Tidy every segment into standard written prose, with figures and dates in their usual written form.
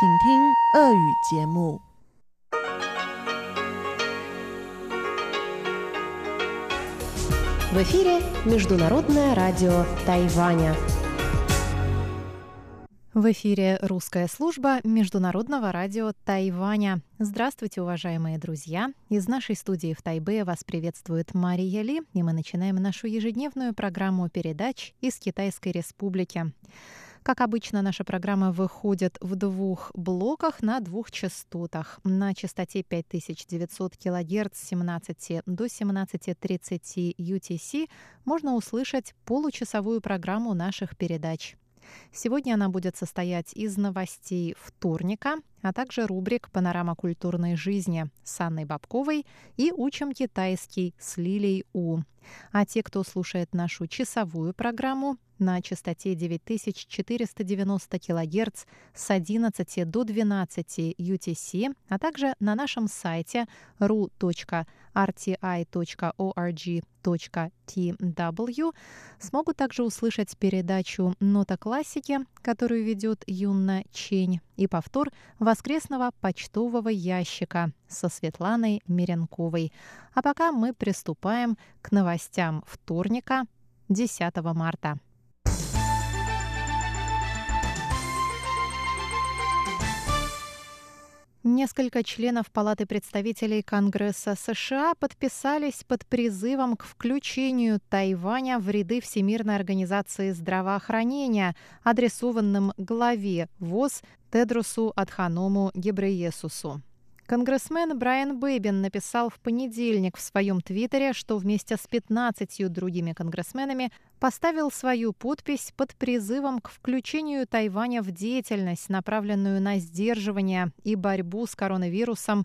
听俄语节目。 В эфире Международное радио Тайваня. В эфире русская служба Международного радио Тайваня. Здравствуйте, уважаемые друзья! Из нашей студии в Тайбэе вас приветствует Мария Ли, и мы начинаем нашу ежедневную программу передач из Китайской Республики. Как обычно, наша программа выходит в двух блоках на двух частотах. На частоте 5900 кГц с 17 до 17:30 UTC можно услышать получасовую программу наших передач. Сегодня она будет состоять из новостей вторника, а также рубрик «Панорама культурной жизни» с Анной Бабковой и «Учим китайский» с Лилией У. А те, кто слушает нашу часовую программу на частоте 9490 кГц с 11 до 12 UTC, а также на нашем сайте ru.rti.org.tw, смогут также услышать передачу «Нота классики», которую ведет Юнна Чень, и повтор воскресного почтового ящика со Светланой Меренковой. А пока мы приступаем к новостям вторника, 10 марта. Несколько членов Палаты представителей Конгресса США подписались под призывом к включению Тайваня в ряды Всемирной организации здравоохранения, адресованным главе ВОЗ Тедросу Адханому Гебрейесусу. Конгрессмен Брайан Бэббин написал в понедельник в своем твиттере, что вместе с 15 другими конгрессменами поставил свою подпись под призывом к включению Тайваня в деятельность, направленную на сдерживание и борьбу с коронавирусом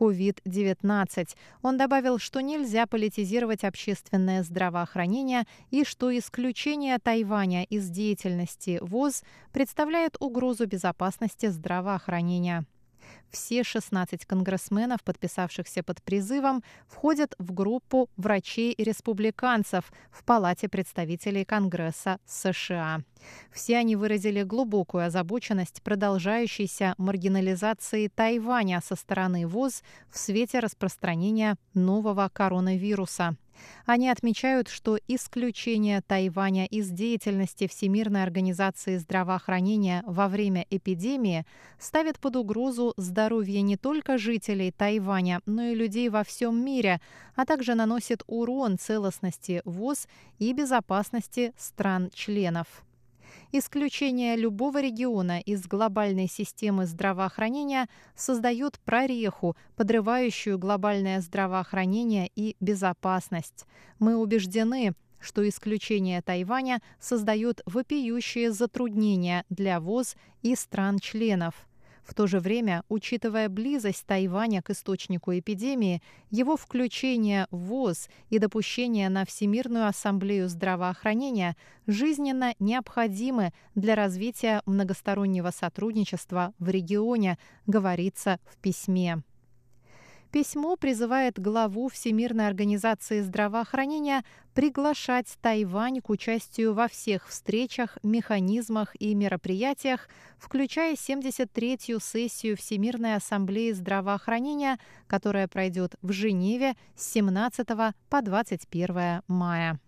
COVID-19. Он добавил, что нельзя политизировать общественное здравоохранение и что исключение Тайваня из деятельности ВОЗ представляет угрозу безопасности здравоохранения. Все 16 конгрессменов, подписавшихся под призывом, входят в группу врачей-республиканцев в Палате представителей Конгресса США. Все они выразили глубокую озабоченность продолжающейся маргинализации Тайваня со стороны ВОЗ в свете распространения нового коронавируса. Они отмечают, что исключение Тайваня из деятельности Всемирной организации здравоохранения во время эпидемии ставит под угрозу здоровье не только жителей Тайваня, но и людей во всем мире, а также наносит урон целостности ВОЗ и безопасности стран-членов. Исключение любого региона из глобальной системы здравоохранения создает прореху, подрывающую глобальное здравоохранение и безопасность. Мы убеждены, что исключение Тайваня создает вопиющие затруднения для ВОЗ и стран-членов. В то же время, учитывая близость Тайваня к источнику эпидемии, его включение в ВОЗ и допущение на Всемирную ассамблею здравоохранения жизненно необходимы для развития многостороннего сотрудничества в регионе, говорится в письме. Письмо призывает главу Всемирной организации здравоохранения приглашать Тайвань к участию во всех встречах, механизмах и мероприятиях, включая 73-ю сессию Всемирной ассамблеи здравоохранения, которая пройдет в Женеве с 17 по 21 мая.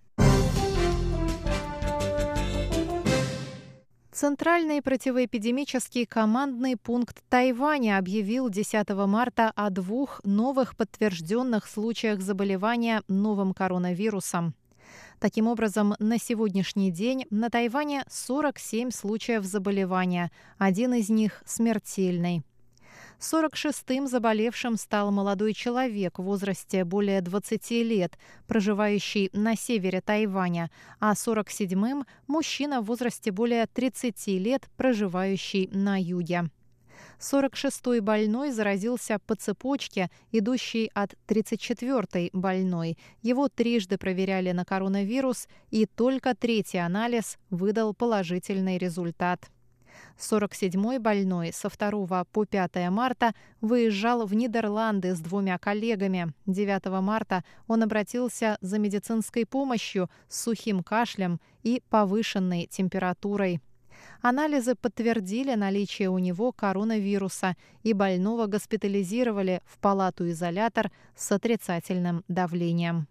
Центральный противоэпидемический командный пункт Тайваня объявил 10 марта о 2 новых подтвержденных случаях заболевания новым коронавирусом. Таким образом, на сегодняшний день на Тайване 47 случаев заболевания, один из них смертельный. 46-м заболевшим стал молодой человек в возрасте более 20 лет, проживающий на севере Тайваня, а 47-м – мужчина в возрасте более 30 лет, проживающий на юге. 46-й больной заразился по цепочке, идущей от 34-й больной. Его трижды проверяли на коронавирус, и только третий анализ выдал положительный результат. 47-й больной со 2 по 5 марта выезжал в Нидерланды с 2 коллегами. 9 марта он обратился за медицинской помощью с сухим кашлем и повышенной температурой. Анализы подтвердили наличие у него коронавируса, и больного госпитализировали в палату-изолятор с отрицательным давлением.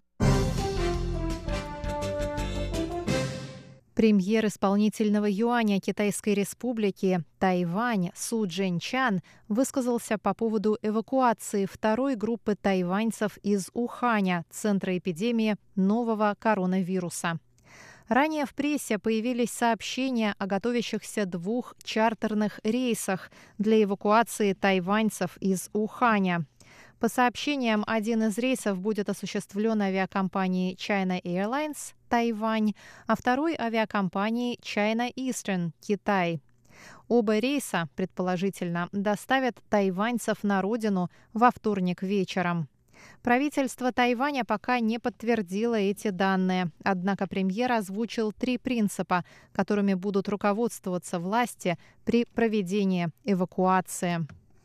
Премьер исполнительного юаня Китайской Республики Тайвань Су Чжэньчан высказался по поводу эвакуации второй группы тайваньцев из Уханя, центра эпидемии нового коронавируса. Ранее в прессе появились сообщения о готовящихся 2 чартерных рейсах для эвакуации тайваньцев из Уханя. По сообщениям, один из рейсов будет осуществлен авиакомпанией China Airlines, Тайвань, а второй авиакомпанией China Eastern, Китай. Оба рейса, предположительно, доставят тайваньцев на родину во вторник вечером. Правительство Тайваня пока не подтвердило эти данные, однако премьер озвучил 3 принципа, которыми будут руководствоваться власти при проведении эвакуации.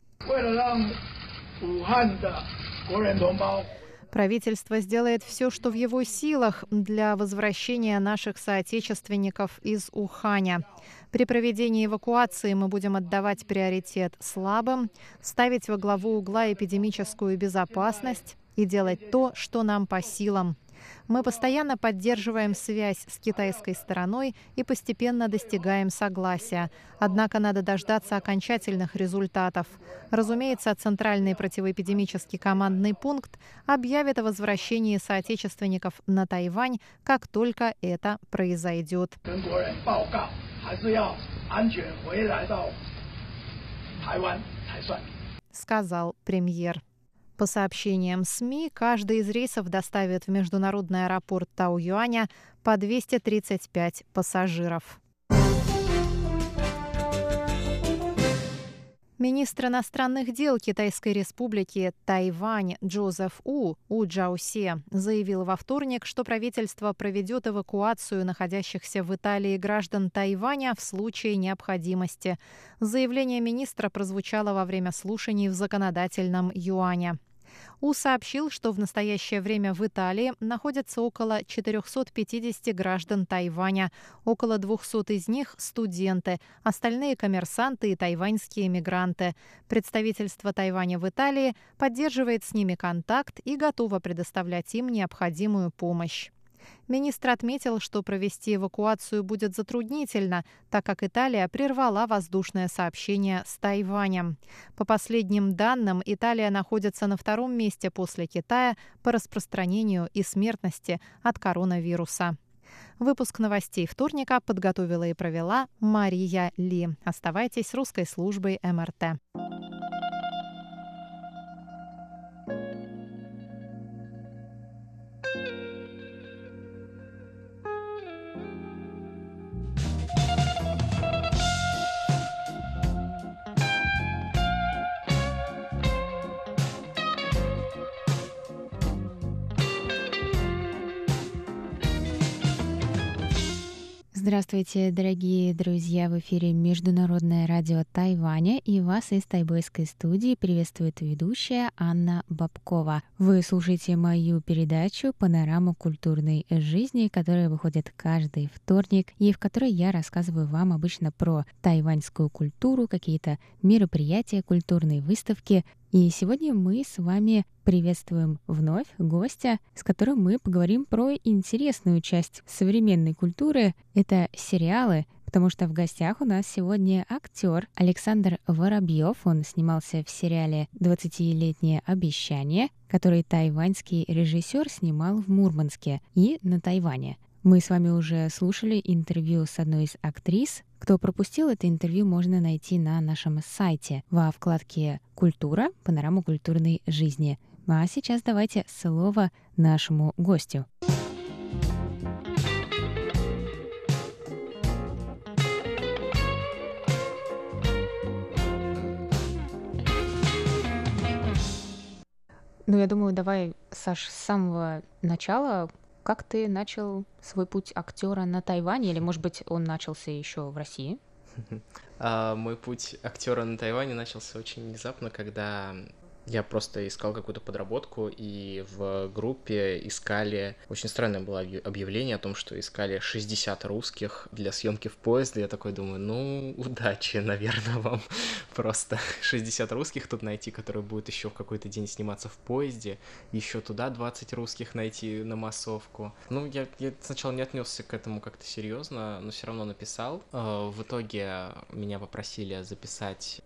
Правительство сделает все, что в его силах для возвращения наших соотечественников из Уханя. При проведении эвакуации мы будем отдавать приоритет слабым, ставить во главу угла эпидемическую безопасность и делать то, что нам по силам. Мы постоянно поддерживаем связь с китайской стороной и постепенно достигаем согласия. Однако надо дождаться окончательных результатов. Разумеется, Центральный противоэпидемический командный пункт объявит о возвращении соотечественников на Тайвань, как только это произойдет. Сказал премьер. По сообщениям СМИ, каждый из рейсов доставит в международный аэропорт Таоюаня по 235 пассажиров. Министр иностранных дел Китайской Республики Тайвань Джозеф У Чжаосе заявил во вторник, что правительство проведет эвакуацию находящихся в Италии граждан Тайваня в случае необходимости. Заявление министра прозвучало во время слушаний в законодательном юане. У сообщил, что в настоящее время в Италии находится около 450 граждан Тайваня. Около 200 из них – студенты, остальные – коммерсанты и тайваньские мигранты. Представительство Тайваня в Италии поддерживает с ними контакт и готово предоставлять им необходимую помощь. Министр отметил, что провести эвакуацию будет затруднительно, так как Италия прервала воздушное сообщение с Тайванем. По последним данным, Италия находится на 2-м месте после Китая по распространению и смертности от коронавируса. Выпуск новостей вторника подготовила и провела Мария Ли. Оставайтесь с русской службой МРТ. Здравствуйте, дорогие друзья! В эфире Международное радио Тайваня, и вас из тайбэйской студии приветствует ведущая Анна Бабкова. Вы слушаете мою передачу «Панорама культурной жизни», которая выходит каждый вторник, и в которой я рассказываю вам обычно про тайваньскую культуру, какие-то мероприятия, культурные выставки. И сегодня мы с вами приветствуем вновь гостя, с которым мы поговорим про интересную часть современной культуры. Это сериалы, потому что в гостях у нас сегодня актер Александр Воробьев. Он снимался в сериале «20-летнее обещание», который тайваньский режиссер снимал в Мурманске и на Тайване. Мы с вами уже слушали интервью с одной из актрис. Кто пропустил это интервью, можно найти на нашем сайте во вкладке «Культура. Панорама культурной жизни». А сейчас давайте слово нашему гостю. Я думаю, давай, Саш, с самого начала. Как ты начал свой путь актера на Тайване, или, может быть, он начался еще в России? Мой путь актера на Тайване начался очень внезапно, когда Я просто искал какую-то подработку, и в группе искали... Очень странное было объявление о том, что искали 60 русских для съемки в поезде. Я такой думаю, удачи, наверное, вам просто 60 русских тут найти, которые будут еще в какой-то день сниматься в поезде, еще туда 20 русских найти на массовку. Я сначала не отнесся к этому как-то серьезно, но все равно написал. В итоге меня попросили записать,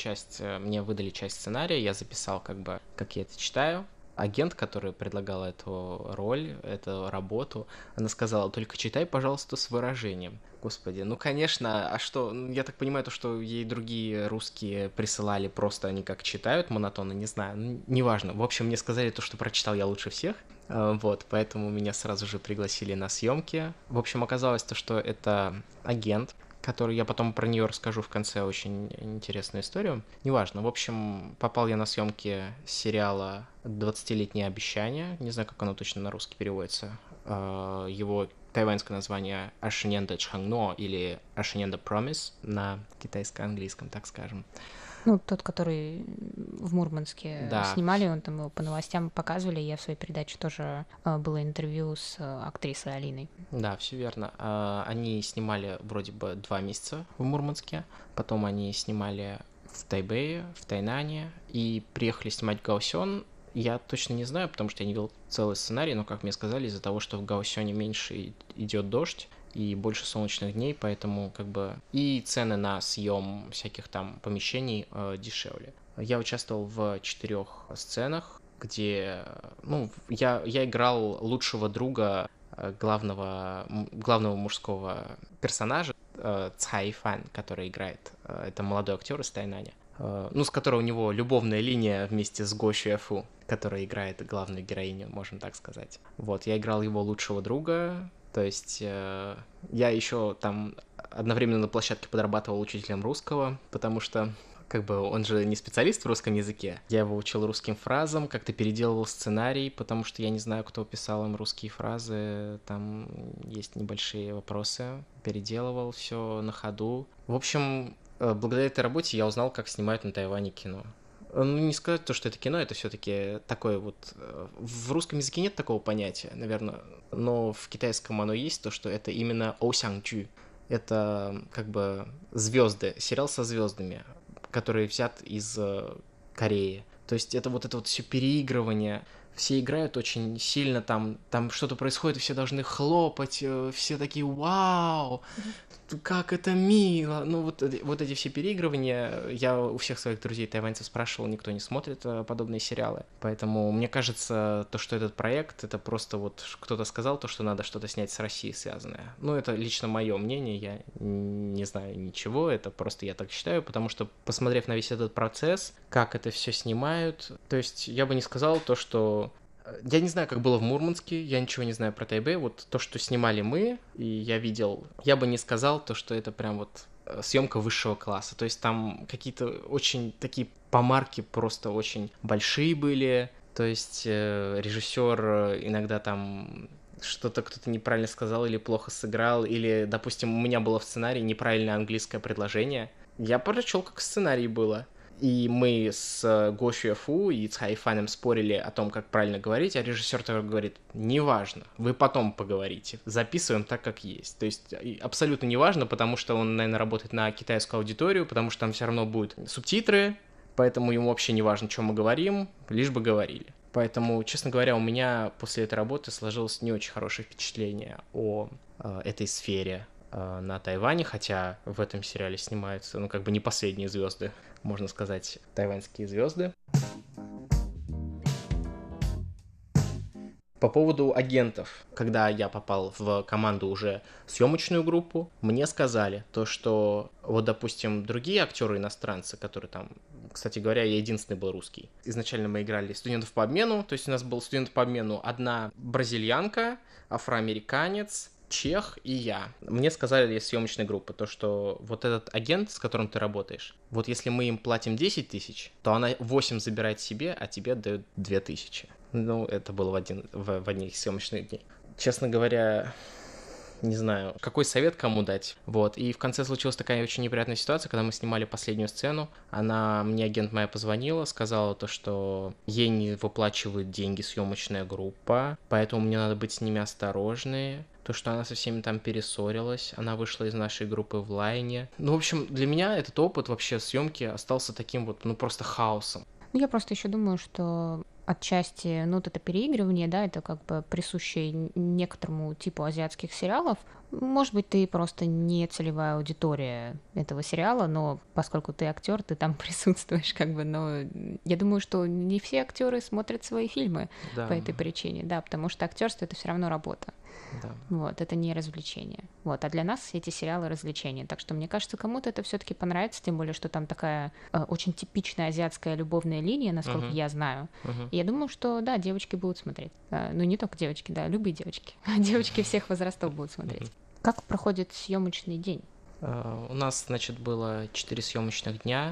мне выдали часть сценария, я записал как я это читаю. Агент, который предлагал эту роль, эту работу, она сказала: только читай, пожалуйста, с выражением. Господи, конечно, а что? Я так понимаю, то, что ей другие русские присылали, просто они как читают монотонно, не знаю, неважно. В общем, мне сказали то, что прочитал я лучше всех, поэтому меня сразу же пригласили на съемки. В общем, оказалось то, что это агент, который я потом про нее расскажу в конце, очень интересную историю. Неважно. В общем, попал я на съемки сериала «20-летнее обещание». Не знаю, как оно точно на русский переводится. Его тайваньское название «Ашиненда Чхангно» или «Ашиненда Promise» на китайско-английском, так скажем. Тот, который в Мурманске снимали, он там его по новостям показывали, я в своей передаче тоже было интервью с актрисой Алиной. Да, все верно. Они снимали вроде бы 2 месяца в Мурманске, потом они снимали в Тайбэе, в Тайнане, и приехали снимать в Гаосюн. Я точно не знаю, потому что я не видел целый сценарий, но, как мне сказали, из-за того, что в Гаосюне меньше идет дождь, и больше солнечных дней, поэтому и цены на съем всяких там помещений дешевле. Я участвовал в 4 сценах, где, я играл лучшего друга главного мужского персонажа Цай Фан, который играет, это молодой актер из Тайнаня, с которого у него любовная линия вместе с Го Xuefу, которая играет главную героиню, можно так сказать. Я играл его лучшего друга. То есть я еще там одновременно на площадке подрабатывал учителем русского, потому что он же не специалист в русском языке. Я его учил русским фразам, как-то переделывал сценарий, потому что я не знаю, кто писал им русские фразы, там есть небольшие вопросы. Переделывал все на ходу. В общем, благодаря этой работе я узнал, как снимают на Тайване кино. Не сказать то, что это кино, это все-таки такое в русском языке нет такого понятия, наверное, но в китайском оно есть, то, что это именно оусянгджу. Это звезды, сериал со звездами, который взят из Кореи. То есть это все переигрывание. Все играют очень сильно, там что-то происходит, и все должны хлопать, все такие «Вау! Как это мило!» Эти все переигрывания, я у всех своих друзей тайваньцев спрашивал, никто не смотрит подобные сериалы. Поэтому мне кажется, то, что этот проект, это просто кто-то сказал то, что надо что-то снять с Россией связанное. Это лично мое мнение, я не знаю ничего, это просто я так считаю, потому что, посмотрев на весь этот процесс, как это все снимают, то есть я бы не сказал то, что... Я не знаю, как было в Мурманске, я ничего не знаю про Тайбэй. То, что снимали мы, и я видел, я бы не сказал то, что это прям съемка высшего класса. То есть там какие-то очень такие помарки просто очень большие были. То есть режиссер иногда там что-то кто-то неправильно сказал или плохо сыграл, или, допустим, у меня было в сценарии неправильное английское предложение. Я прочел, как в сценарии было. И мы с Го Xuefу и Цай Фаном спорили о том, как правильно говорить, а режиссер такой говорит: неважно, вы потом поговорите, записываем так, как есть. То есть абсолютно неважно, потому что он, наверное, работает на китайскую аудиторию, потому что там все равно будут субтитры, поэтому ему вообще не важно, что мы говорим, лишь бы говорили. Поэтому, честно говоря, у меня после этой работы сложилось не очень хорошее впечатление о этой сфере на Тайване, хотя в этом сериале снимаются, не последние звезды, можно сказать, тайваньские звезды. По поводу агентов. Когда я попал в команду уже съемочную группу, мне сказали то, что допустим, другие актеры иностранцы, которые там, кстати говоря, я единственный был русский. Изначально мы играли студентов по обмену, то есть у нас был студент по обмену одна бразильянка, афроамериканец, чех и я. Мне сказали из съемочной группы то, что этот агент, с которым ты работаешь, если мы им платим 10 тысяч, то она 8 забирает себе, а тебе дает 2000. Это было в одних съемочных дней. Честно говоря, не знаю, какой совет кому дать. Вот, и в конце случилась такая очень неприятная ситуация, когда мы снимали последнюю сцену. Мне агент моя позвонила, сказала то, что ей не выплачивает деньги съемочная группа, поэтому мне надо быть с ними осторожной. То, что она со всеми там перессорилась, она вышла из нашей группы в лайне. Ну, в общем, для меня этот опыт вообще съемки остался таким вот, ну, просто хаосом. Я просто еще думаю, что отчасти, вот это переигрывание, да, это как бы присуще некоторому типу азиатских сериалов. Может быть, ты просто не целевая аудитория этого сериала, но поскольку ты актер, ты там присутствуешь, как бы, но я думаю, что не все актеры смотрят свои фильмы по этой причине, да, потому что актерство это все равно работа. Да. Вот, это не развлечение. Вот, а для нас эти сериалы развлечения. Так что, мне кажется, кому-то это все-таки понравится, тем более, что там такая очень типичная азиатская любовная линия, насколько я знаю. И я думаю, что, да, девочки будут смотреть. Ну, не только девочки, да, любые девочки. Девочки всех возрастов будут смотреть. Как проходит съемочный день? У нас, значит, было 4 съемочных дня.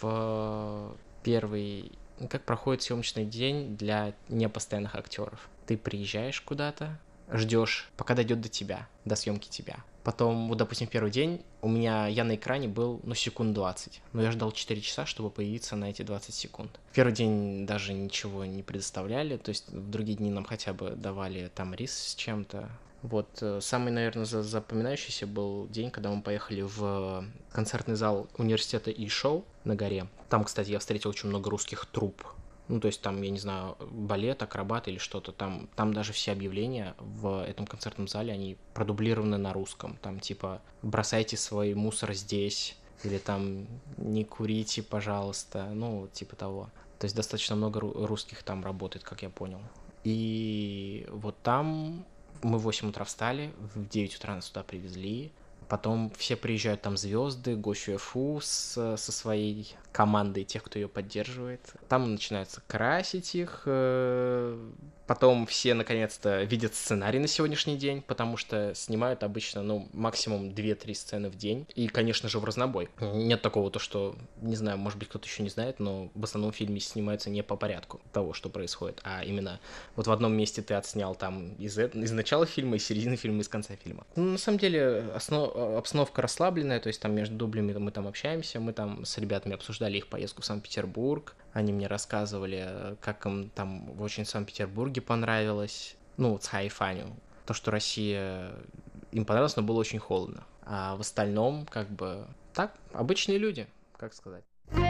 В первый... Как проходит съемочный день для непостоянных актеров? Ты приезжаешь куда-то, ждешь, пока дойдет до тебя, до съемки тебя. Потом, вот, допустим, первый день я на экране был, секунд 20. Но я ждал 4 часа, чтобы появиться на эти 20 секунд. В первый день даже ничего не предоставляли, то есть в другие дни нам хотя бы давали там рис с чем-то. Вот, самый, наверное, запоминающийся был день, когда мы поехали в концертный зал университета ИШОУ на горе. Там, кстати, я встретил очень много русских труп. Ну, то есть там, я не знаю, балет, акробат или что-то. Там даже все объявления в этом концертном зале, они продублированы на русском. Там типа «бросайте свой мусор здесь» или там «не курите, пожалуйста», ну, типа того. То есть достаточно много русских там работает, как я понял. И вот там мы в 8 утра встали, в 9 утра нас сюда привезли. Потом все приезжают, там звезды, Го Сюэфу со своей командой тех, кто ее поддерживает. Там начинается красить их. Потом все, наконец-то, видят сценарий на сегодняшний день, потому что снимают обычно, максимум 2-3 сцены в день. И, конечно же, в разнобой. Нет такого, что, не знаю, может быть, кто-то еще не знает, но в основном в фильме снимаются не по порядку того, что происходит, а именно вот в одном месте ты отснял там из начала фильма, из середины фильма, из конца фильма. На самом деле, обстановка расслабленная, то есть там между дублями мы там общаемся, мы там с ребятами обсуждали их поездку в Санкт-Петербург, они мне рассказывали, как им там очень в Санкт-Петербурге понравилось, с Хайфаню. То, что Россия им понравилось, но было очень холодно. А в остальном, как бы, так, обычные люди, как сказать.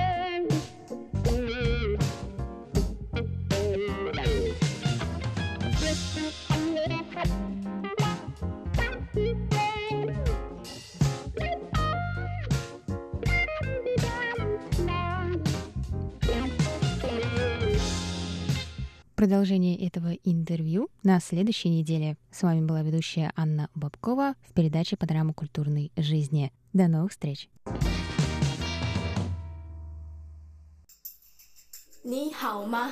Продолжение этого интервью на следующей неделе. С вами была ведущая Анна Бабкова в передаче «Панорама культурной жизни». До новых встреч! 你好吗?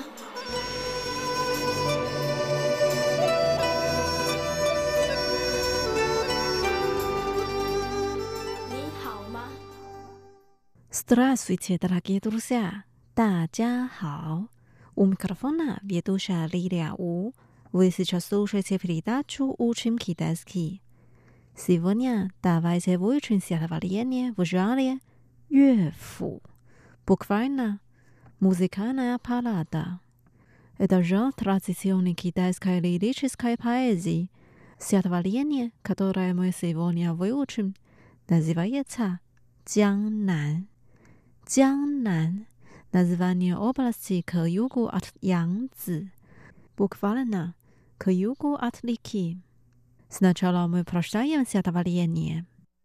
Здравствуйте, дорогие друзья! 大家好! У микрофона ведущая Лилия У. Вы сейчас слушаете передачу «Учим китайский». Сегодня давайте выучим стихотворение в жанре 乐府. Буквально музыкальная баллада. Это жанр традиционной китайской лирической поэзии. Стихотворение, которое мы сегодня выучим, называется «Jiangnan». «Jiangnan» — название области к югу от Янцзы. Буквально к югу от реки. Сначала мы прочитаем стихотворение.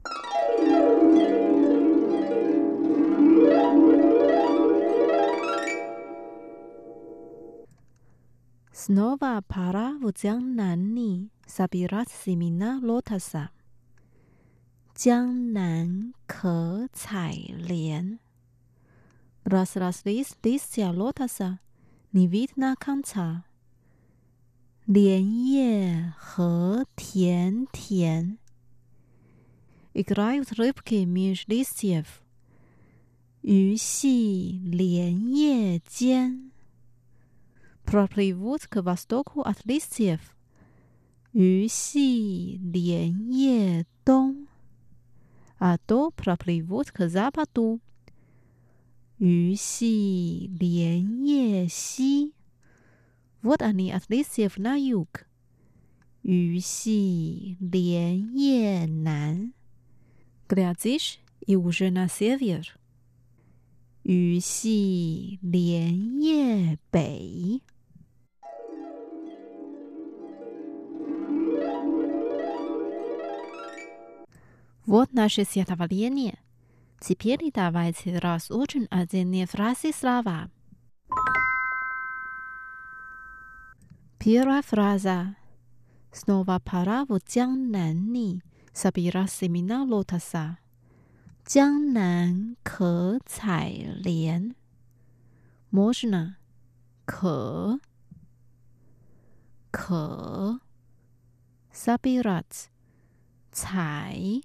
Снова пора в Jiangnan собирать семена лотоса. Jiangnan 可采莲. Разрослись листья лотоса, не видно конца. 莲叶何田田. Играют рыбки меж листьев. 鱼戏莲叶间. Проплывут к востоку от листьев. 鱼戏莲叶东, а то проплывут к западу. 鱼戏莲叶西. Вот они от листьев на юг. 鱼戏莲叶南. Глядишь, и уже на север. 鱼戏莲叶北. Вот наше стихотворение. Теперь давайте разучим отдельные фразы слова. Первая фраза. Снова пора в Jiangnan собирать семена лотоса. 江南可采莲. Можно. 可 собирать. 采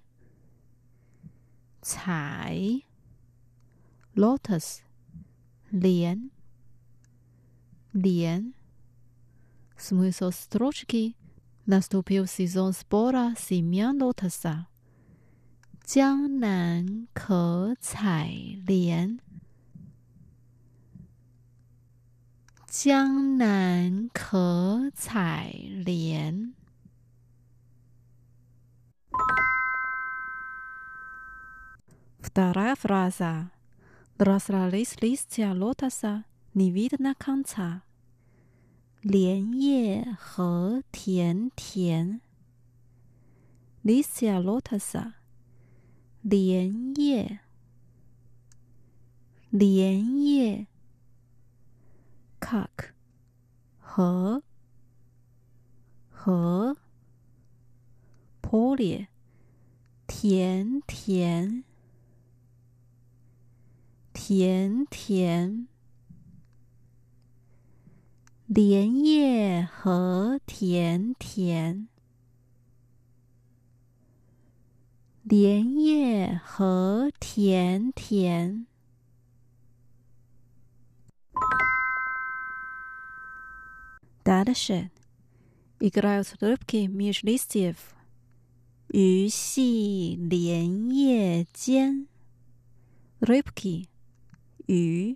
Lotus. 莲 Смысл строчки. Наступил сезон сбора семян лотоса. 江南可采莲. 江南可采莲. Вторая фраза. Разрослись листья лотоса, не видно конца. 莲叶何田田. Листья лотоса. 莲叶 как 河 поле 田 莲叶何田田. 莲叶何田田. Дальше. Играют рыбки меж листьев. 鱼戏莲叶间. Рыбки. 鱼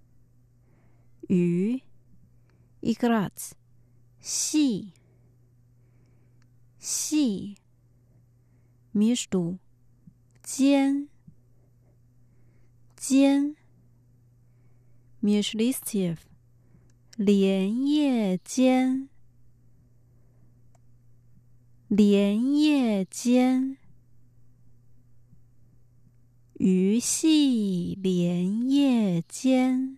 играть. 戏 между. 间 меж листьев. 莲叶间 鱼戏莲叶间.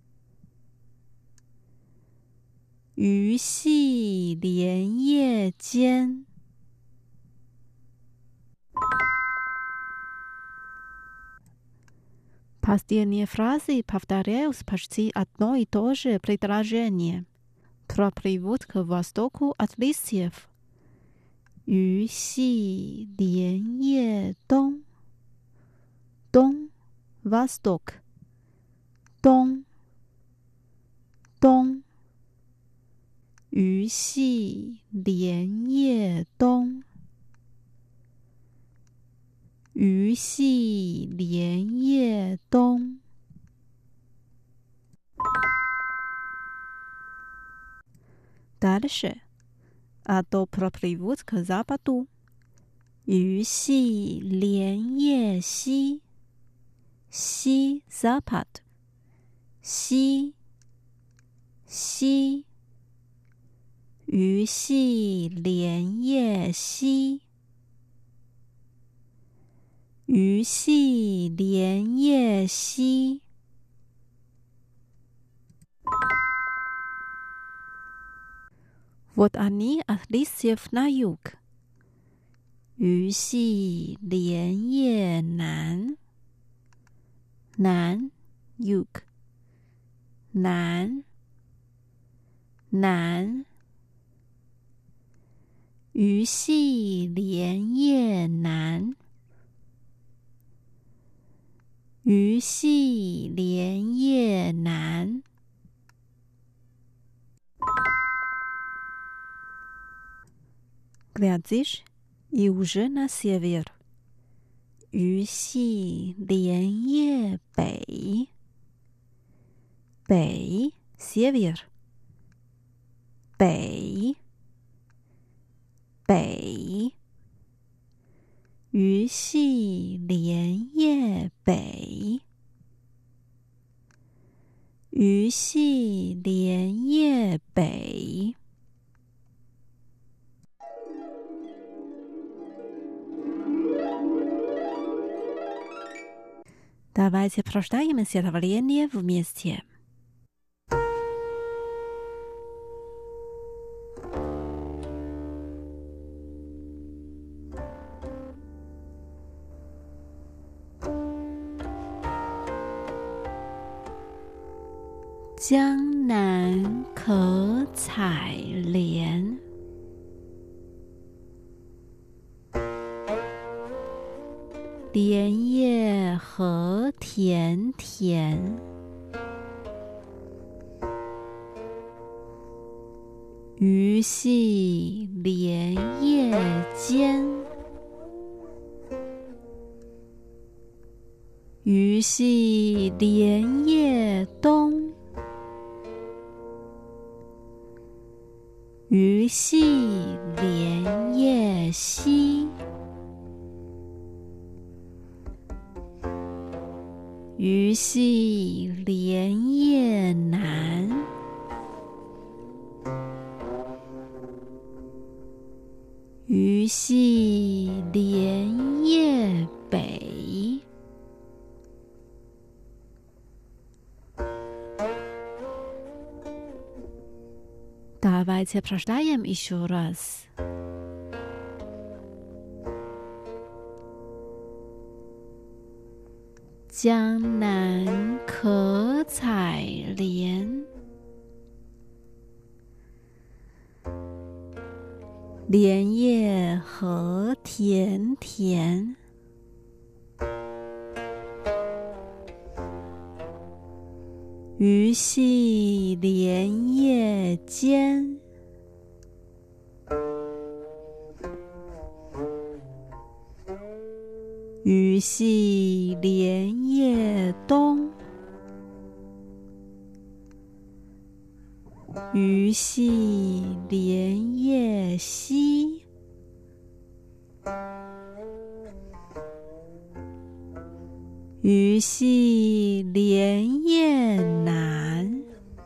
鱼戏莲叶间. Последние фразы повторяют почти одно и то же предложение. Проплывут к востоку от листьев. 鱼戏莲叶东. Дон, восток. Дон. 鱼戏莲叶东. 鱼戏莲叶东. Дальше. А то проплывут к западу. 鱼戏莲叶西. 西 запад. 西 鱼戏莲叶西. 鱼戏莲叶西. Вот они от листьев на юг. 鱼戏莲叶南. 南 юг. 南 鱼戏莲叶南. 鱼戏莲叶南. глядишь, и уже на север. 鱼戏连夜北，北 север， 北，北。鱼戏连夜北，鱼戏连夜北。Давайте прочитаем стихотворение вместе. «江南可采莲，莲叶何田田。鱼戏莲叶间，鱼戏莲叶东。鱼戏莲叶西，鱼戏莲叶南，鱼戏莲叶北。Давайте прочитаем еще раз. «江南可采莲，莲叶何田田。鱼戏莲叶间，鱼戏莲叶东。鱼戏莲叶西，鱼戏莲叶南，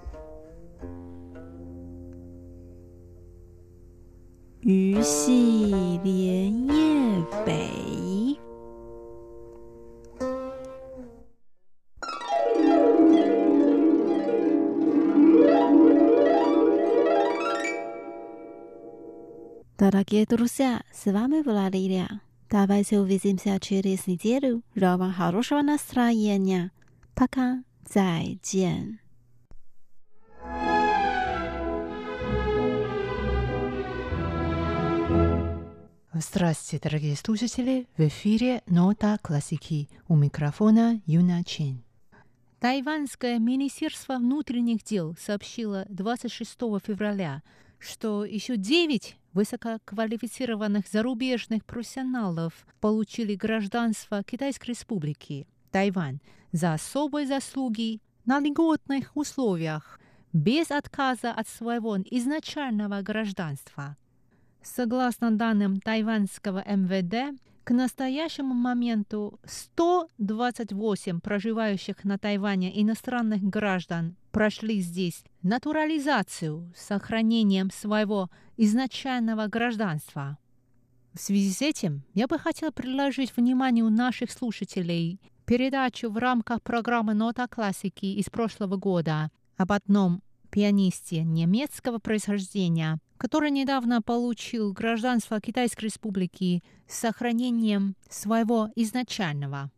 鱼戏莲叶北。Дорогие друзья, с вами была Лилия. Давайте увидимся через неделю. Желаю вам хорошего настроения. Пока. 再见. Здравствуйте, дорогие слушатели! В эфире «Нота классики». У микрофона Юна Чин. Тайваньское министерство внутренних дел сообщило 26 февраля, что еще 9 высококвалифицированных зарубежных профессионалов получили гражданство Китайской Республики Тайвань за особые заслуги на льготных условиях, без отказа от своего изначального гражданства. Согласно данным тайваньского МВД, к настоящему моменту 128 проживающих на Тайване иностранных граждан прошли здесь натурализацию с сохранением своего изначального гражданства. В связи с этим я бы хотела предложить вниманию наших слушателей передачу в рамках программы «Нота классики» из прошлого года об одном пианисте немецкого происхождения, который недавно получил гражданство Китайской Республики с сохранением своего изначального.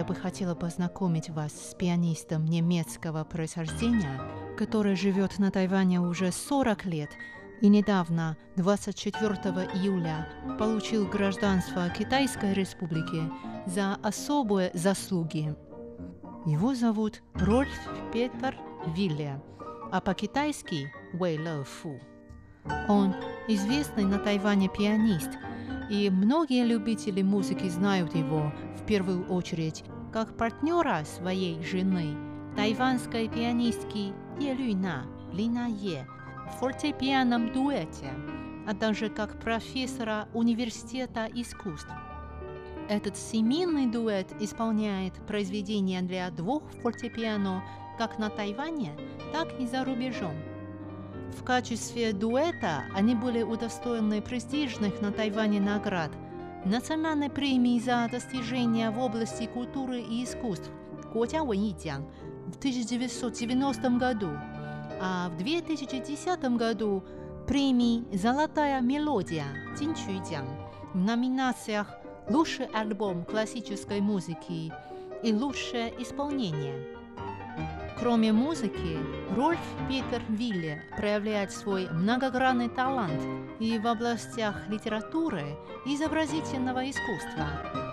я бы хотела познакомить вас с пианистом немецкого происхождения, который живет на Тайване уже 40 лет и недавно, 24 июля, получил гражданство Китайской Республики за особые заслуги. Его зовут Рольф Петер Вилле, а по-китайски Вэй Лэ Фу. Он известный на Тайване пианист, и многие любители музыки знают его в первую очередь как партнера своей жены, тайванской пианистки Е Люйна, Лина Е, в фортепианном дуэте, а также как профессора Университета искусств. Этот семейный дуэт исполняет произведения для 2 фортепиано как на Тайване, так и за рубежом. В качестве дуэта они были удостоены престижных на Тайване наград: национальной премии за достижения в области культуры и искусств Guojia Wenyijiang в 1990 году, а в 2010 году премии «Золотая мелодия» Jinqujiang в номинациях «Лучший альбом классической музыки» и «Лучшее исполнение». Кроме музыки, Рольф Петер Вилле проявляет свой многогранный талант и в областях литературы и изобразительного искусства.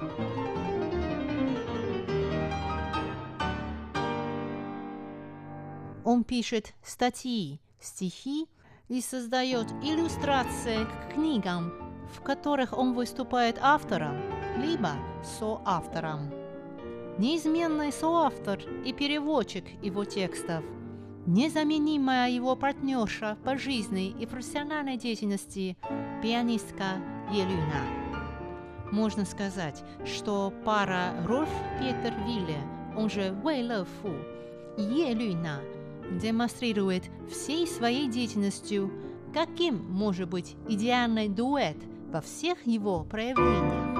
Он пишет статьи, стихи и создает иллюстрации к книгам, в которых он выступает автором, либо соавтором. Неизменный соавтор и переводчик его текстов, незаменимая его партнерша по жизни и профессиональной деятельности, пианистка Е Люйна. Можно сказать, что пара Рольф Петер Вилле, он же Вэй Лэ Фу, и Е Люйна демонстрирует всей своей деятельностью, каким может быть идеальный дуэт во всех его проявлениях.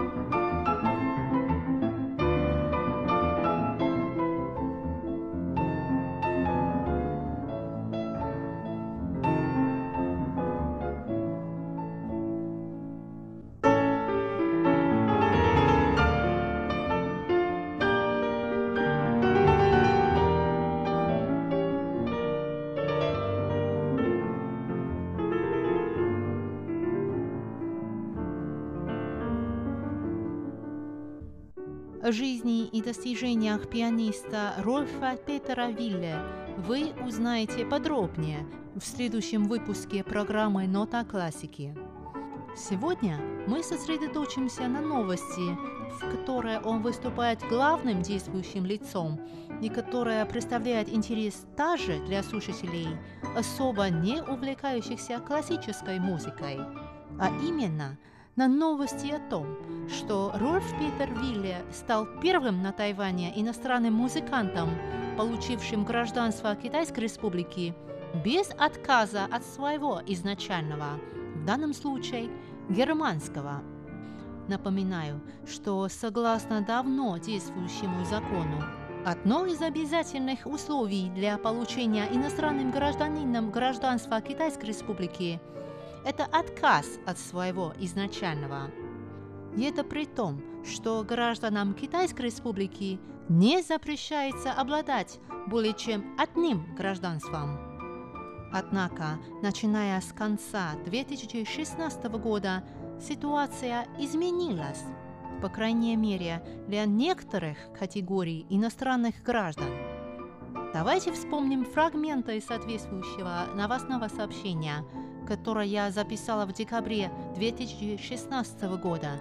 О жизни и достижениях пианиста Рольфа Петера Вилле вы узнаете подробнее в следующем выпуске программы «Нота классики». Сегодня мы сосредоточимся на новости, в которой он выступает главным действующим лицом и которая представляет интерес также для слушателей, особо не увлекающихся классической музыкой, а именно на новости о том, что Рольф Петер Вилле стал первым на Тайване иностранным музыкантом, получившим гражданство Китайской Республики без отказа от своего изначального, в данном случае германского. Напоминаю, что согласно давно действующему закону, одно из обязательных условий для получения иностранным гражданином гражданства Китайской Республики – это отказ от своего изначального. И это при том, что гражданам Китайской Республики не запрещается обладать более чем одним гражданством. Однако, начиная с конца 2016 года, ситуация изменилась, по крайней мере, для некоторых категорий иностранных граждан. Давайте вспомним фрагменты соответствующего новостного сообщения, которое я записала в декабре 2016 года.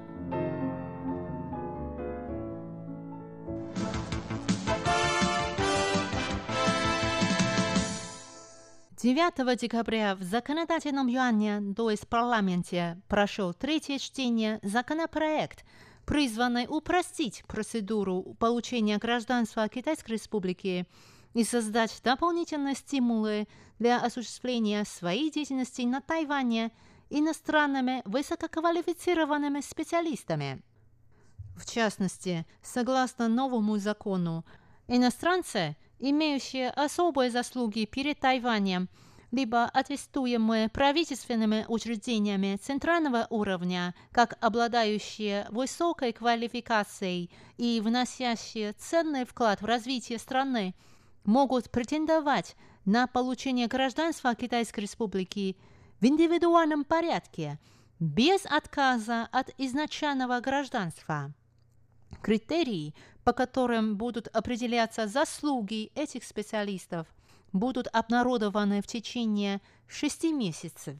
«9 декабря в законодательном юане, то есть в парламенте, прошел 3-е чтение законопроект, призванный упростить процедуру получения гражданства Китайской Республики и создать дополнительные стимулы для осуществления своей деятельности на Тайване иностранными высококвалифицированными специалистами. В частности, согласно новому закону, иностранцы, имеющие особые заслуги перед Тайванем, либо аттестуемые правительственными учреждениями центрального уровня как обладающие высокой квалификацией и вносящие ценный вклад в развитие страны, могут претендовать на получение гражданства Китайской Республики в индивидуальном порядке, без отказа от изначального гражданства. Критерии, по которым будут определяться заслуги этих специалистов, будут обнародованы в течение 6 месяцев.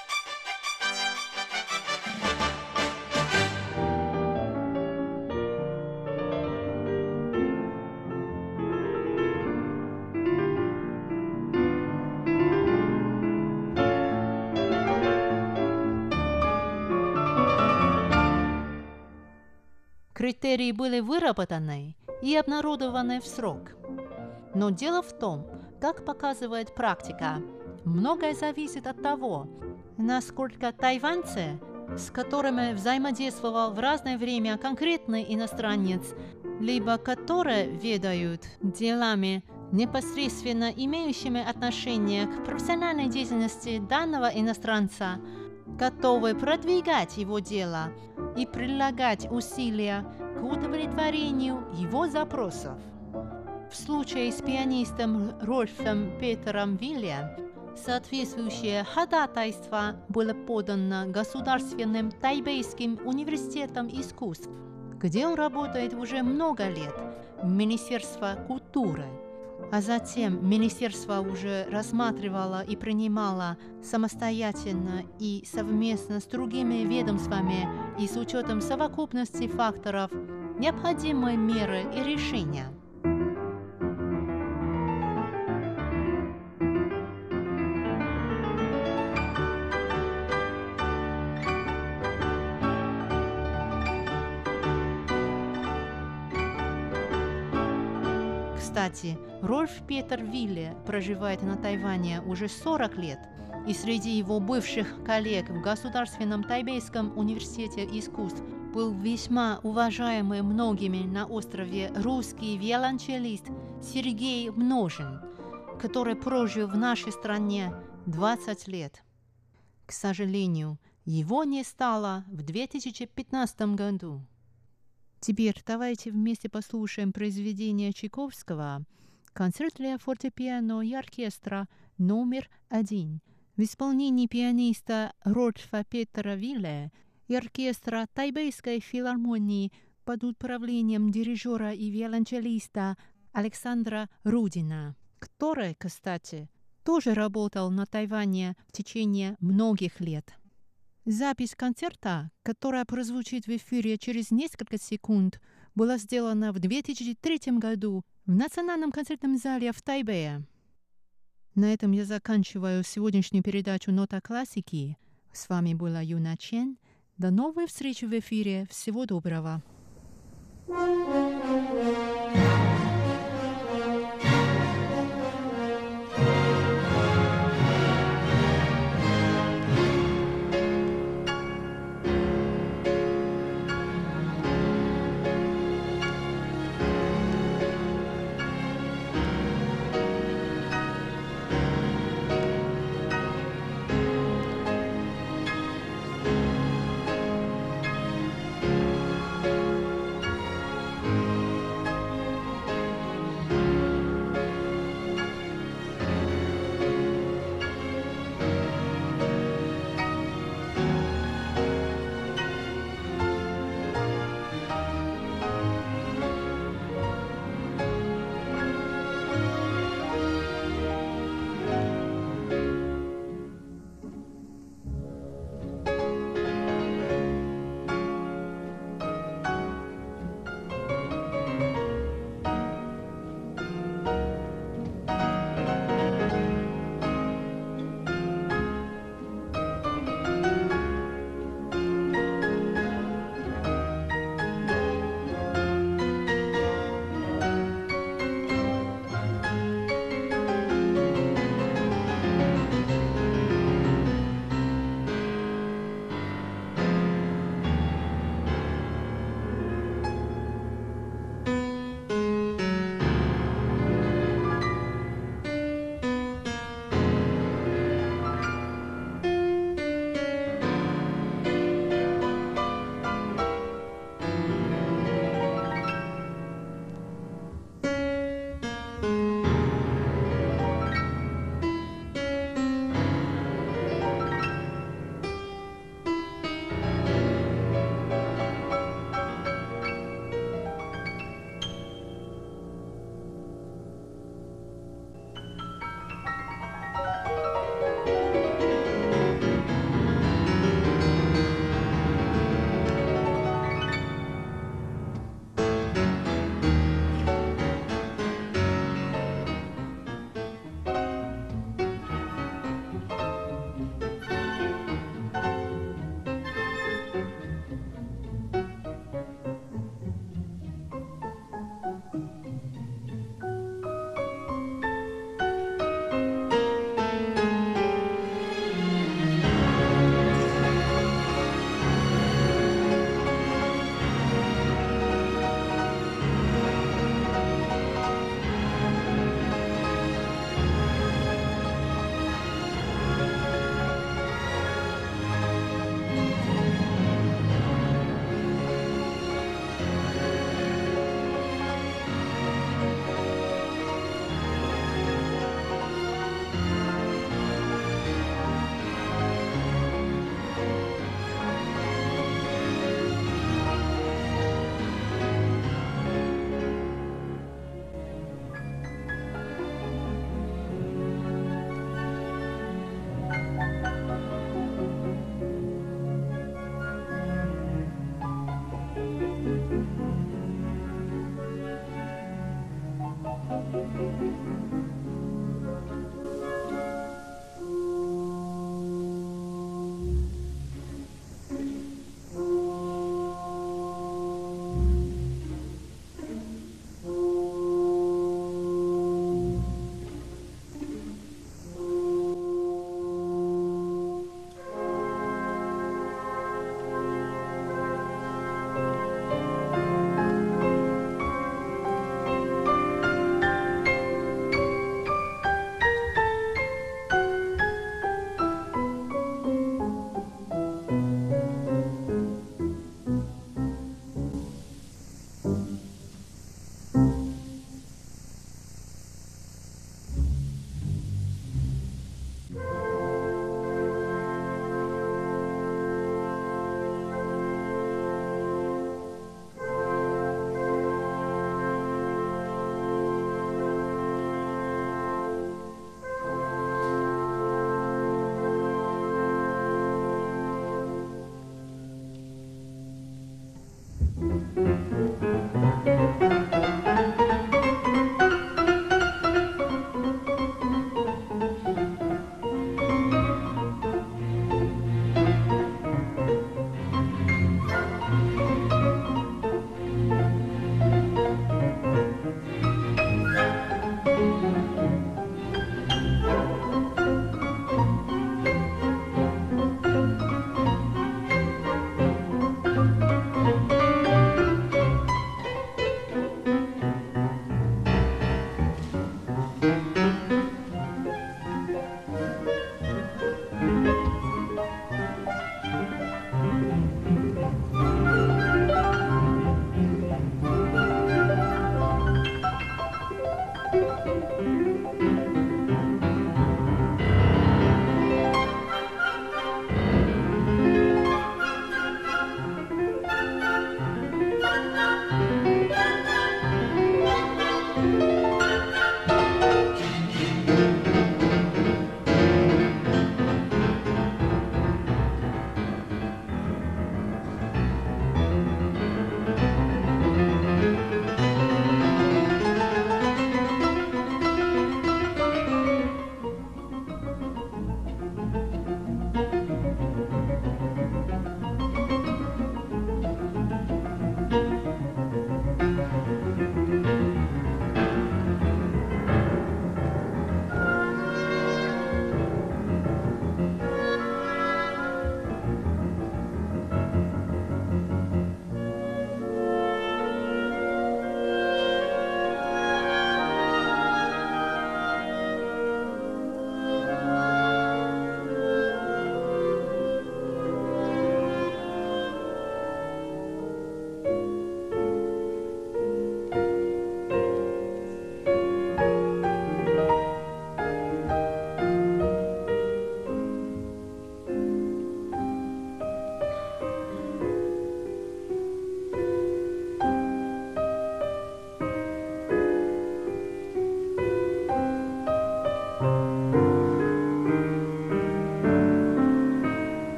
Критерии были выработаны и обнародованы в срок. Но дело в том, как показывает практика, многое зависит от того, насколько тайваньцы, с которыми взаимодействовал в разное время конкретный иностранец, либо которые ведают делами, непосредственно имеющими отношение к профессиональной деятельности данного иностранца, готовы продвигать его дело и прилагать усилия к удовлетворению его запросов. В случае с пианистом Рольфом Петером Вилле соответствующее ходатайство было подано Государственным Тайбэйским университетом искусств, где он работает уже много лет, в Министерстве культуры. А затем Министерство уже рассматривало и принимало самостоятельно и совместно с другими ведомствами и с учетом совокупности факторов необходимые меры и решения. Кстати, Рольф Петер Вилле проживает на Тайване уже 40 лет, и среди его бывших коллег в Государственном Тайбэйском университете искусств был весьма уважаемый многими на острове русский виолончелист Сергей Множин, который прожил в нашей стране 20 лет. К сожалению, его не стало в 2015 году. Теперь давайте вместе послушаем произведение Чайковского «Концерт для фортепиано и оркестра номер 1» в исполнении пианиста Рольфа Петера Вилле и оркестра Тайбэйской филармонии под управлением дирижера и виолончелиста Александра Рудина, который, кстати, тоже работал на Тайване в течение многих лет. Запись концерта, которая прозвучит в эфире через несколько секунд, была сделана в 2003 году в Национальном концертном зале в Тайбэе. На этом я заканчиваю сегодняшнюю передачу «Нота классики». С вами была Юна Чен. До новой встречи в эфире. Всего доброго.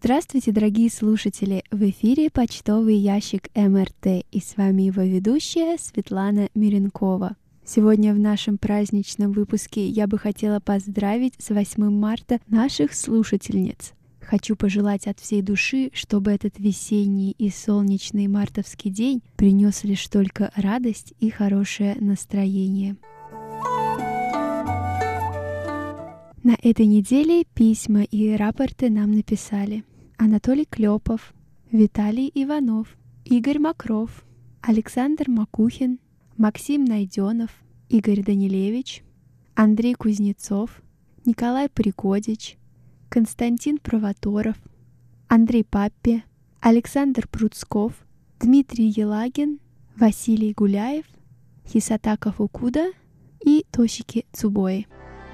Здравствуйте, дорогие слушатели! В эфире почтовый ящик МРТ, и с вами его ведущая Светлана Миренкова. Сегодня в нашем праздничном выпуске я бы хотела поздравить с 8 марта наших слушательниц. Хочу пожелать от всей души, чтобы этот весенний и солнечный мартовский день принес лишь только радость и хорошее настроение. На этой неделе письма и рапорты нам написали Анатолий Клёпов, Виталий Иванов, Игорь Мокров, Александр Макухин, Максим Найденов, Игорь Данилевич, Андрей Кузнецов, Николай Прикодич, Константин Провоторов, Андрей Паппе, Александр Пруцков, Дмитрий Елагин, Василий Гуляев, Хисатака Фукуда и Тошики Цубои.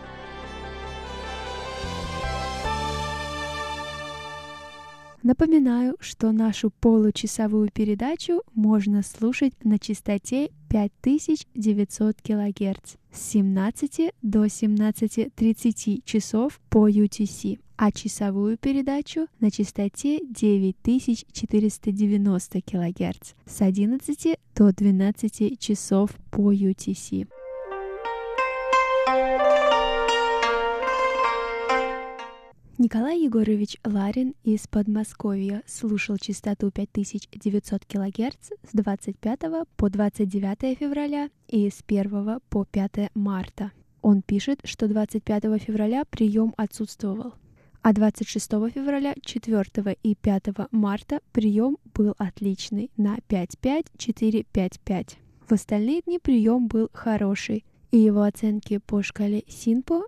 Напоминаю, что нашу получасовую передачу можно слушать на частоте 5900 кГц с 17 до 17:30 часов по UTC, а часовую передачу на частоте 9490 кГц с 11 до 12 часов по UTC. Николай Егорович Ларин из Подмосковья слушал частоту 5900 кГц с 25 по 29 февраля и с 1 по 5 марта. Он пишет, что 25 февраля прием отсутствовал, а 26 февраля, 4 и 5 марта прием был отличный на 5.5-4.5.5. В остальные дни прием был хороший, и его оценки по шкале СИНПО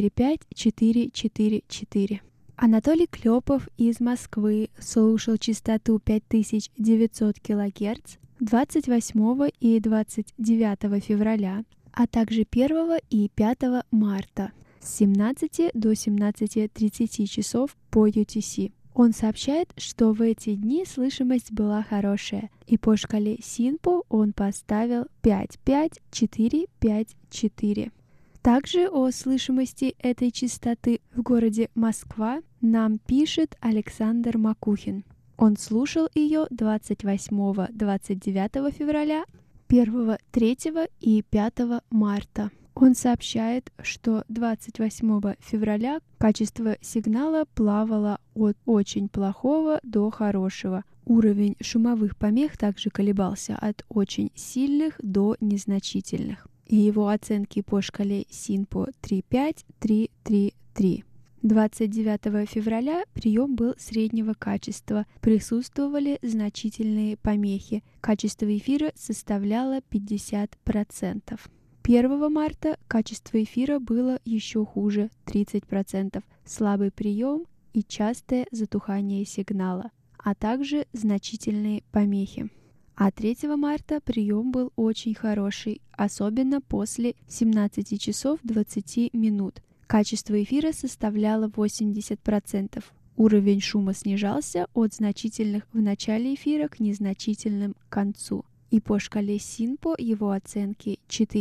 4.5-4.4.4. Анатолий Клёпов из Москвы слушал частоту 5900 кГц 28 и 29 февраля, а также 1 и 5 марта с 17 до 17:30 часов по UTC. Он сообщает, что в эти дни слышимость была хорошая, и по шкале СИНПО он поставил 5.5-4.5.4. Также о слышимости этой частоты в городе Москва нам пишет Александр Макухин. Он слушал ее 28-29 февраля, 1, 3 и 5 марта. Он сообщает, что 28 февраля качество сигнала плавало от очень плохого до хорошего. Уровень шумовых помех также колебался от очень сильных до незначительных. И его оценки по шкале СИНПО 3.5-3.3.3. 29 февраля прием был среднего качества, присутствовали значительные помехи. Качество эфира составляло 50%. 1 марта качество эфира было еще хуже, 30%, слабый прием и частое затухание сигнала, а также значительные помехи. А 3 марта прием был очень хороший, особенно после 17 часов 20 минут. Качество эфира составляло 80%. Уровень шума снижался от значительных в начале эфира к незначительным к концу. И по шкале СИНПО его оценки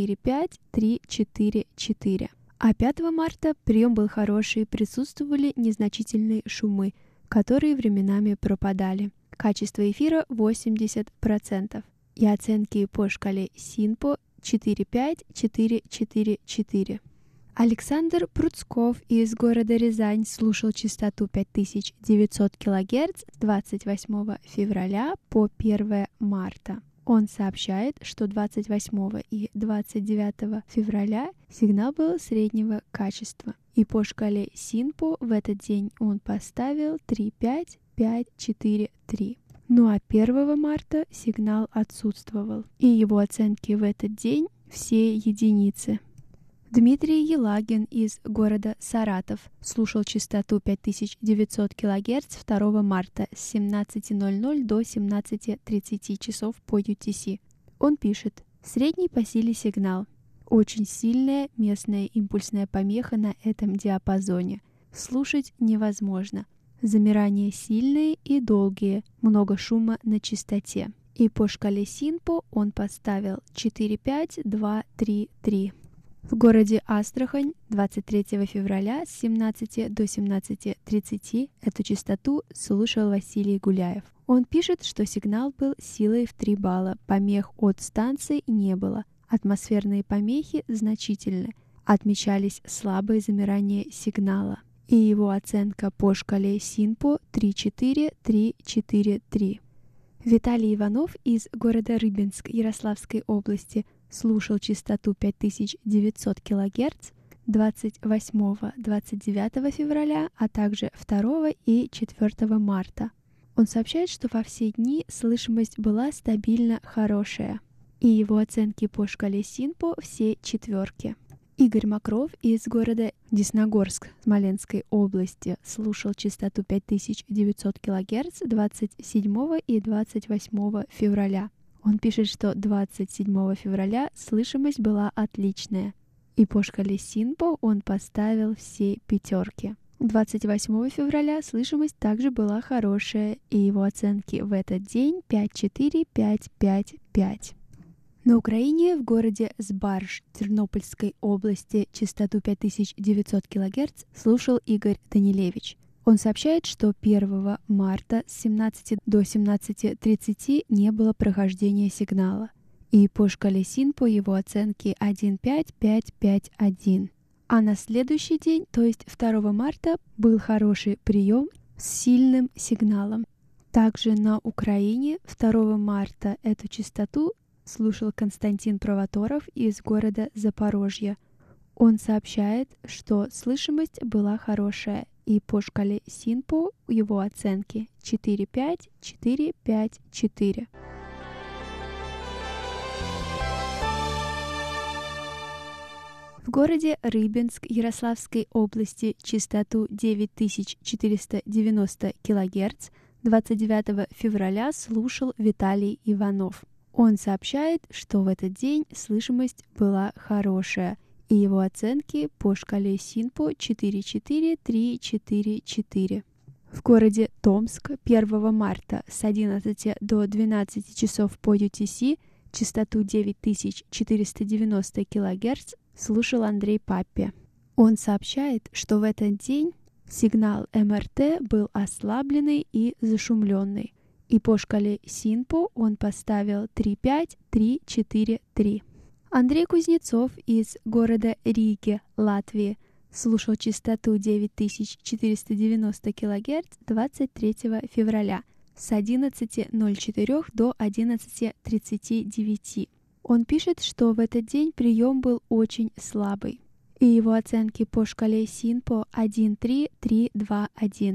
4.5-3.4.4. А 5 марта прием был хороший, присутствовали незначительные шумы, которые временами пропадали. Качество эфира 80%. И оценки по шкале СИНПО 4.5-4.4.4. Александр Пруцков из города Рязань слушал частоту 5900 кГц с 28 февраля по 1 марта. Он сообщает, что 28 и 29 февраля сигнал был среднего качества. И по шкале СИНПО в этот день он поставил 3.5-5.4.3. Ну а 1 марта сигнал отсутствовал. И его оценки в этот день все единицы. Дмитрий Елагин из города Саратов слушал частоту 5900 кГц 2 марта с 17:00 до 17:30 часов по UTC. Он пишет: средний по силе сигнал. Очень сильная местная импульсная помеха на этом диапазоне. Слушать невозможно. Замирания сильные и долгие, много шума на частоте. И по шкале СИНПО он поставил 4.5-2.3.3. В городе Астрахань 23 февраля с 17 до 17:30 эту частоту слушал Василий Гуляев. Он пишет, что сигнал был силой в 3 балла, помех от станции не было, атмосферные помехи значительны, отмечались слабые замирания сигнала. И его оценка по шкале СИНПО 3,4, 3,4,3. Виталий Иванов из города Рыбинск Ярославской области слушал частоту 5900 кГц 28-29 февраля, а также 2 и 4 марта. Он сообщает, что во все дни слышимость была стабильно хорошая, и его оценки по шкале СИНПО все 4. Игорь Мокров из города Десногорск Смоленской области слушал частоту 5900 кГц 27 и 28 февраля. Он пишет, что 27 февраля слышимость была отличная, и по шкале СИНПО он поставил все 5. 28 февраля слышимость также была хорошая, и его оценки в этот день 5,4, 5,5,5. На Украине в городе Сбарж Тернопольской области частоту 5900 кГц слушал Игорь Данилевич. Он сообщает, что 1 марта с 17 до 17:30 не было прохождения сигнала, и по шкале СИНПО его оценки 1,5, 5,5,1. А на следующий день, то есть 2 марта, был хороший прием с сильным сигналом. Также на Украине 2 марта эту частоту слушал Константин Провоторов из города Запорожье. Он сообщает, что слышимость была хорошая, и по шкале СИНПО его оценки 4,5, 4,5,4. В городе Рыбинск Ярославской области частоту 9490 кГц 29 февраля слушал Виталий Иванов. Он сообщает, что в этот день слышимость была хорошая, и его оценки по шкале СИНПО 4,4, 3,4,4. В городе Томск 1 марта с 11 до 12 часов по UTC частоту 9490 кГц слушал Андрей Паппе. Он сообщает, что в этот день сигнал МРТ был ослабленный и зашумленный, и по шкале СИНПО он поставил 3,5, 3,4,3. Андрей Кузнецов из города Риги, Латвии, слушал частоту 9490 кГц 23 февраля с 11:04 до 11:39. Он пишет, что в этот день прием был очень слабый, и его оценки по шкале СИНПО 1,3, 3,2,1.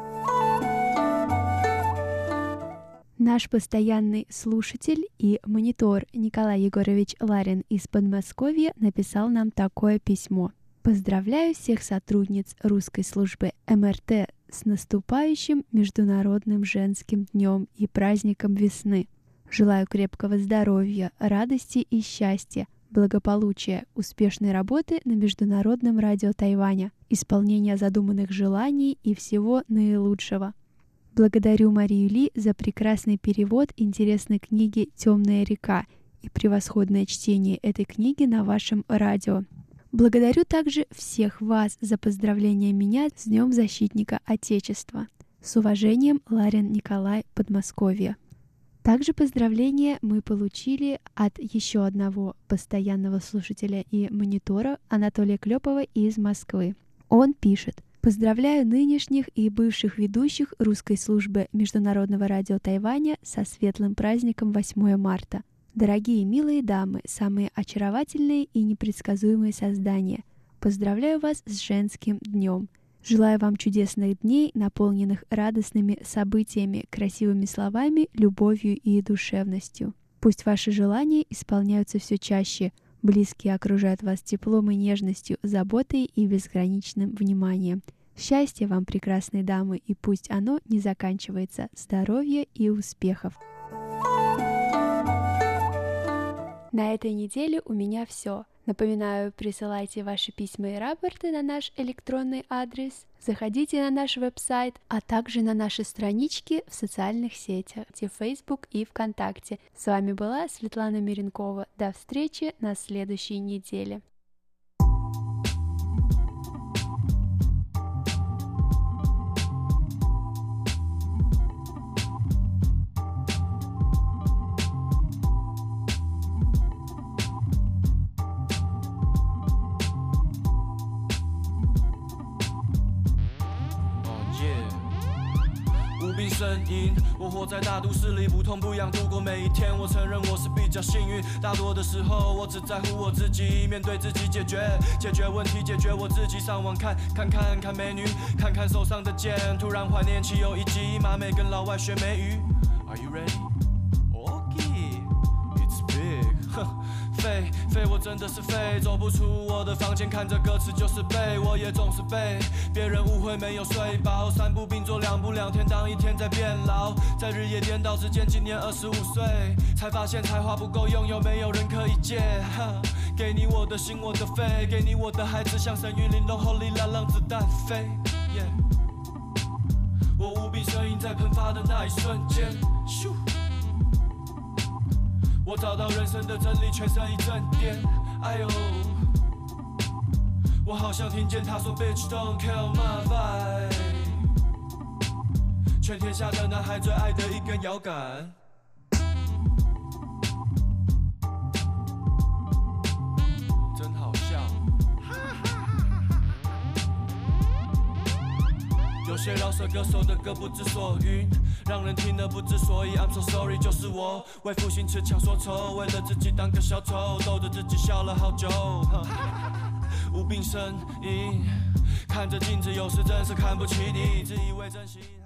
Наш постоянный слушатель и монитор Николай Егорович Ларин из Подмосковья написал нам такое письмо. Поздравляю всех сотрудниц русской службы МРТ с наступающим Международным женским днем и праздником весны. Желаю крепкого здоровья, радости и счастья, благополучия, успешной работы на Международном радио Тайваня, исполнения задуманных желаний и всего наилучшего. Благодарю Марию Ли за прекрасный перевод интересной книги «Темная река» и превосходное чтение этой книги на вашем радио. Благодарю также всех вас за поздравление меня с Днем Защитника Отечества. С уважением, Ларин Николай, Подмосковье. Также поздравления мы получили от еще одного постоянного слушателя и монитора Анатолия Клепова из Москвы. Он пишет: «Поздравляю нынешних и бывших ведущих русской службы Международного радио Тайваня со светлым праздником 8 марта. Дорогие милые дамы, самые очаровательные и непредсказуемые создания, поздравляю вас с женским днем. Желаю вам чудесных дней, наполненных радостными событиями, красивыми словами, любовью и душевностью. Пусть ваши желания исполняются все чаще, близкие окружают вас теплом и нежностью, заботой и безграничным вниманием. Счастья вам, прекрасные дамы, и пусть оно не заканчивается. Здоровья и успехов!» На этой неделе у меня все. Напоминаю, присылайте ваши письма и рапорты на наш электронный адрес, заходите на наш веб-сайт, а также на наши странички в социальных сетях, в Facebook и ВКонтакте. С вами была Светлана Миренкова. До встречи на следующей неделе. 声音。我活在大都市里，不痛不痒度过每一天。我承认我是比较幸运，大多的时候我只在乎我自己，面对自己解决问题，解决我自己。上网看美女，看手上的剑，突然怀念起有一集马美跟老外学美语。Are you ready? Okay, it's big. 废，我真的是废，走不出我的房间，看着歌词就是背，我也总是被别人误会没有睡饱，三步并作两步两天当一天在变老，在日夜颠倒之间，今年25岁，才发现才华不够用，有没有人可以借？给你我的心，我的肺，给你我的孩子，像神韵玲珑后力量让子弹飞。我无比声音在喷发的那一瞬间，咻！我找到人生的真理，全身一阵颠，哎呦！我好像听见他说 Bitch don't kill my vibe， 全天下的男孩最爱的一根摇杆。真好笑。有些饶舌歌手的歌不知所云，让人听了不知所以。I'm so sorry， 就是我为赋新词强说愁，为了自己当个小丑，逗着自己笑了好久。无病呻吟，看着镜子，有时真是看不起你，自以为真心。